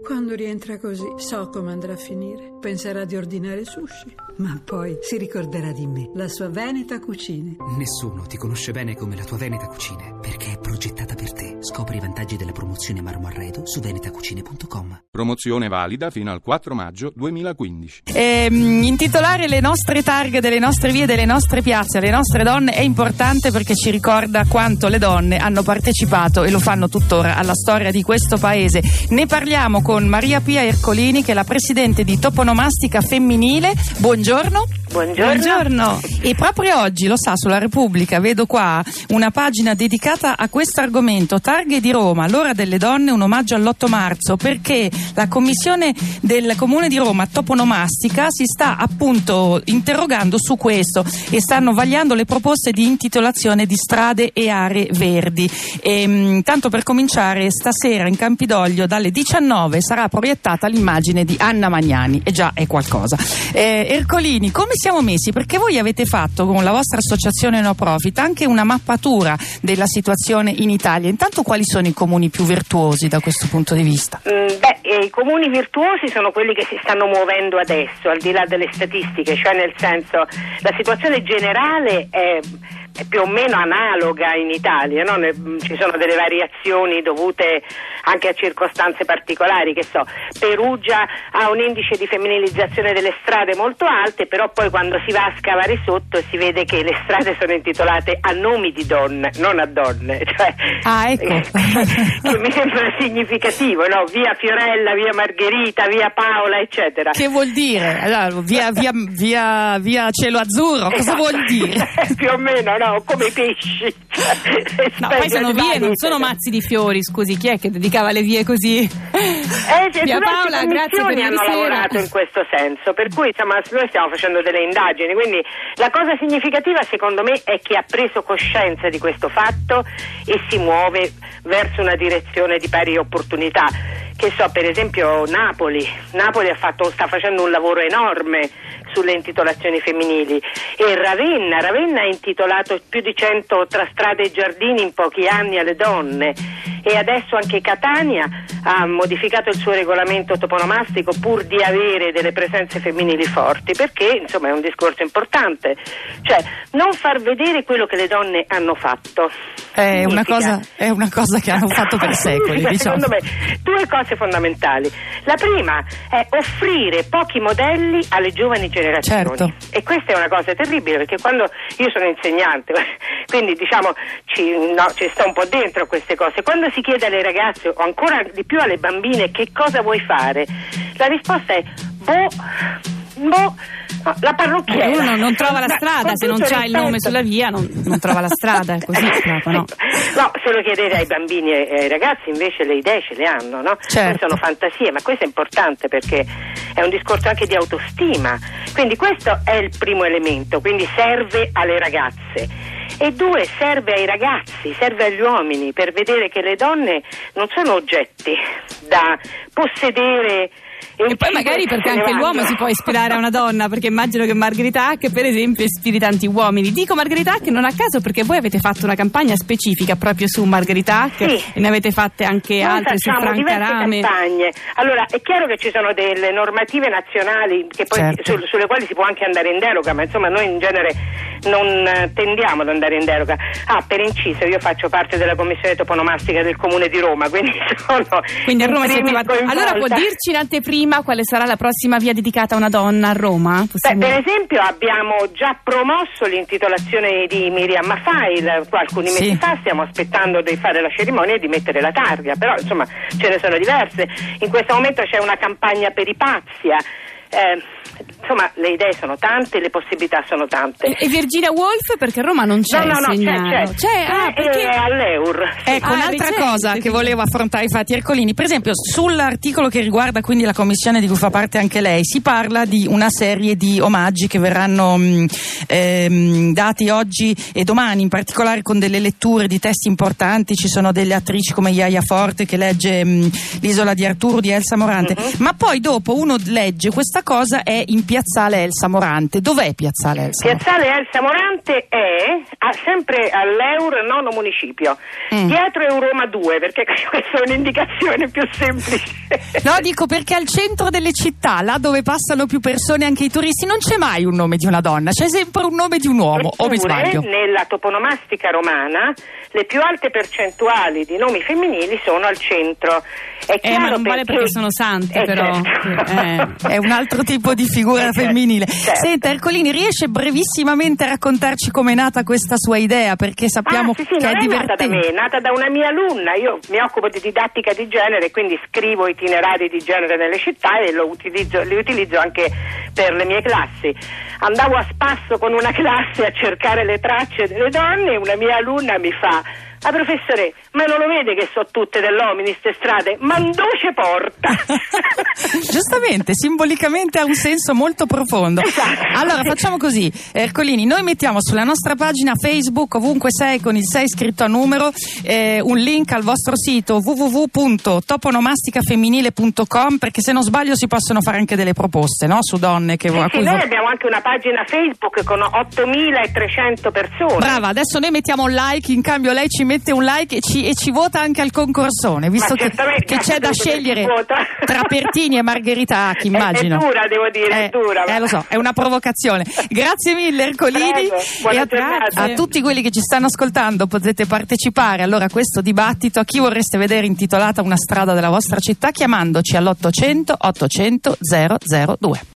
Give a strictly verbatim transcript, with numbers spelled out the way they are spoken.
Quando rientra così, so come andrà a finire. Penserà di ordinare sushi, ma poi si ricorderà di me, la sua Veneta Cucine. Nessuno ti conosce bene come la tua Veneta Cucine, perché è progettata per te. Scopri i vantaggi della promozione Marmo Arredo su venetacucine punto com. Promozione valida fino al quattro maggio duemilaquindici. Ehm, intitolare le nostre targhe delle nostre vie, delle nostre piazze alle nostre donne è importante, perché ci ricorda quanto le donne hanno partecipato e lo fanno tuttora alla storia di questo paese. Ne parliamo con Maria Pia Ercolini, che è la presidente di Toponomastica Femminile. Buongiorno. Buongiorno. Buongiorno. E proprio oggi, lo sa, sulla Repubblica vedo qua una pagina dedicata a questo argomento: Targhe di Roma, l'ora delle donne, un omaggio all'otto marzo, perché la commissione del Comune di Roma Toponomastica si sta appunto interrogando su questo e stanno vagliando le proposte di intitolazione di strade e aree verdi. E, mh, tanto per cominciare, stasera in Campidoglio dalle diciannove sarà proiettata l'immagine di Anna Magnani, e già è qualcosa. Eh, Ercolini, come siamo messi? Perché voi avete fatto con la vostra associazione no profit anche una mappatura della situazione in Italia. Intanto, quali sono i comuni più virtuosi da questo punto di vista? Mm, beh, eh, i comuni virtuosi sono quelli che si stanno muovendo adesso, al di là delle statistiche, cioè nel senso, la situazione generale è è più o meno analoga in Italia, no? Ne, ci sono delle variazioni dovute anche a circostanze particolari, che so, Perugia ha un indice di femminilizzazione delle strade molto alte, però poi quando si va a scavare sotto si vede che le strade sono intitolate a nomi di donne, non a donne, cioè, ah, ecco. che mi sembra significativo, no? Via Fiorella, via Margherita, via Paola, eccetera. Che vuol dire? Allora, via, via, via, via Cielo Azzurro, cosa esatto. vuol dire? Più o meno, no? Come i pesci. No, poi sono vie, non sono mazzi di fiori, scusi, chi è che dedicava le vie così? Eh, Via Paola, grazie per hanno ieri lavorato sera. in questo senso, per cui insomma noi stiamo facendo delle indagini, quindi la cosa significativa secondo me è che ha preso coscienza di questo fatto e si muove verso una direzione di pari opportunità. Che so, per esempio Napoli Napoli ha fatto, sta facendo un lavoro enorme sulle intitolazioni femminili, e Ravenna Ravenna ha intitolato più di cento tra strade e giardini in pochi anni alle donne, e adesso anche Catania ha modificato il suo regolamento toponomastico pur di avere delle presenze femminili forti, perché insomma è un discorso importante, cioè non far vedere quello che le donne hanno fatto. È una cosa, è una cosa che hanno fatto per secoli, diciamo. Secondo me due cose fondamentali. La prima è offrire pochi modelli alle giovani generazioni, certo. E questa è una cosa terribile, perché quando io sono insegnante, quindi diciamo ci, no, ci sto un po' dentro a queste cose, quando si chiede alle ragazze o ancora di più alle bambine che cosa vuoi fare, la risposta è boh, boh, no, la parrucchiera. Eh, uno non trova la Ma, strada, se non c'ha il nome sulla via non, non trova la strada, è così proprio, no? No, se lo chiedete ai bambini e ai ragazzi invece le idee ce le hanno, no? Certo. Sono fantasie, ma questo è importante perché è un discorso anche di autostima, quindi questo è il primo elemento, quindi serve alle ragazze. E due, serve ai ragazzi, serve agli uomini, per vedere che le donne non sono oggetti da possedere. E poi magari perché anche l'uomo si può ispirare a una donna, perché immagino che Margherita Hack per esempio ispiri tanti uomini. Dico Margherita Hack non a caso, perché voi avete fatto una campagna specifica proprio su Margherita Hack, sì. E ne avete fatte anche Noi altre su Franca Rame. Campagne. Allora è chiaro che ci sono delle normative nazionali che poi, certo. su, sulle quali si può anche andare in deroga, ma insomma noi in genere non tendiamo ad andare in deroga. Ah, per inciso, io faccio parte della commissione toponomastica del Comune di Roma, quindi sono quindi a Roma siete parte... Allora può dirci in anteprima quale sarà la prossima via dedicata a una donna a Roma? Beh, per esempio abbiamo già promosso l'intitolazione di Miriam Mafail alcuni mesi sì. fa, stiamo aspettando di fare la cerimonia e di mettere la targa, però insomma ce ne sono diverse. In questo momento c'è una campagna per Ipazia. Eh, insomma le idee sono tante, le possibilità sono tante. E, e Virginia Woolf, perché a Roma non c'è? No, no, no, c'è, c'è. c'è ah, perché... è all'Eur. Ecco, Ah, un'altra recente, cosa che quindi. volevo affrontare, infatti, Ercolini, per esempio sull'articolo che riguarda quindi la commissione di cui fa parte anche lei, si parla di una serie di omaggi che verranno mh, ehm, dati oggi e domani, in particolare con delle letture di testi importanti. Ci sono delle attrici come Iaia Forte che legge mh, l'Isola di Arturo di Elsa Morante, uh-huh. Ma poi dopo uno legge questa cosa, è è in piazzale Elsa Morante. Dov'è piazzale Elsa Morante? Piazzale Elsa Morante è a, sempre all'Eur nono municipio, mm. dietro Euroma due, perché questa è un'indicazione più semplice. No, dico perché al centro delle città, là dove passano più persone, anche i turisti, non c'è mai un nome di una donna, c'è sempre un nome di un uomo. Eppure, o mi sbaglio? Nella toponomastica romana le più alte percentuali di nomi femminili sono al centro. È eh, ma non perché... vale perché sono sante, eh, però certo. eh, è un altro tipo di figura eh, femminile. certo. Senta, Ercolini, riesce brevissimamente a raccontarci com'è nata questa sua idea? Perché sappiamo ah, sì, sì, che non è divertente. È nata da me, è nata da una mia alunna. Io mi occupo di didattica di genere, quindi scrivo itinerari di genere nelle città e lo utilizzo, li utilizzo anche per le mie classi. Andavo a spasso con una classe a cercare le tracce delle donne e una mia alunna mi fa: ah, professore, ma non lo vede che so tutte dell'uomini ste strade? Ma dove porta? Giustamente, simbolicamente ha un senso molto profondo. Esatto. Allora facciamo così, Ercolini, noi mettiamo sulla nostra pagina Facebook, ovunque sei con il sei scritto a numero, eh, un link al vostro sito w w w punto toponomasticafemminile punto com, perché se non sbaglio si possono fare anche delle proposte, no? Su donne che sì, a sì, cui noi vo- abbiamo anche una pagina Facebook con ottomilatrecento persone. Brava, adesso noi mettiamo un like, in cambio lei ci mette un like e ci, e ci vota anche al concorsone, visto che, che c'è da scegliere tra Pertini e Margherita Hack, immagino. È, è dura, devo dire, eh, è dura. Eh, lo so, è una provocazione. Grazie mille Ercolini. Prego, buona e a, giornata. a tutti quelli che ci stanno ascoltando potete partecipare allora a questo dibattito. A chi vorreste vedere intitolata una strada della vostra città chiamandoci all'ottocento ottocento zero zero due.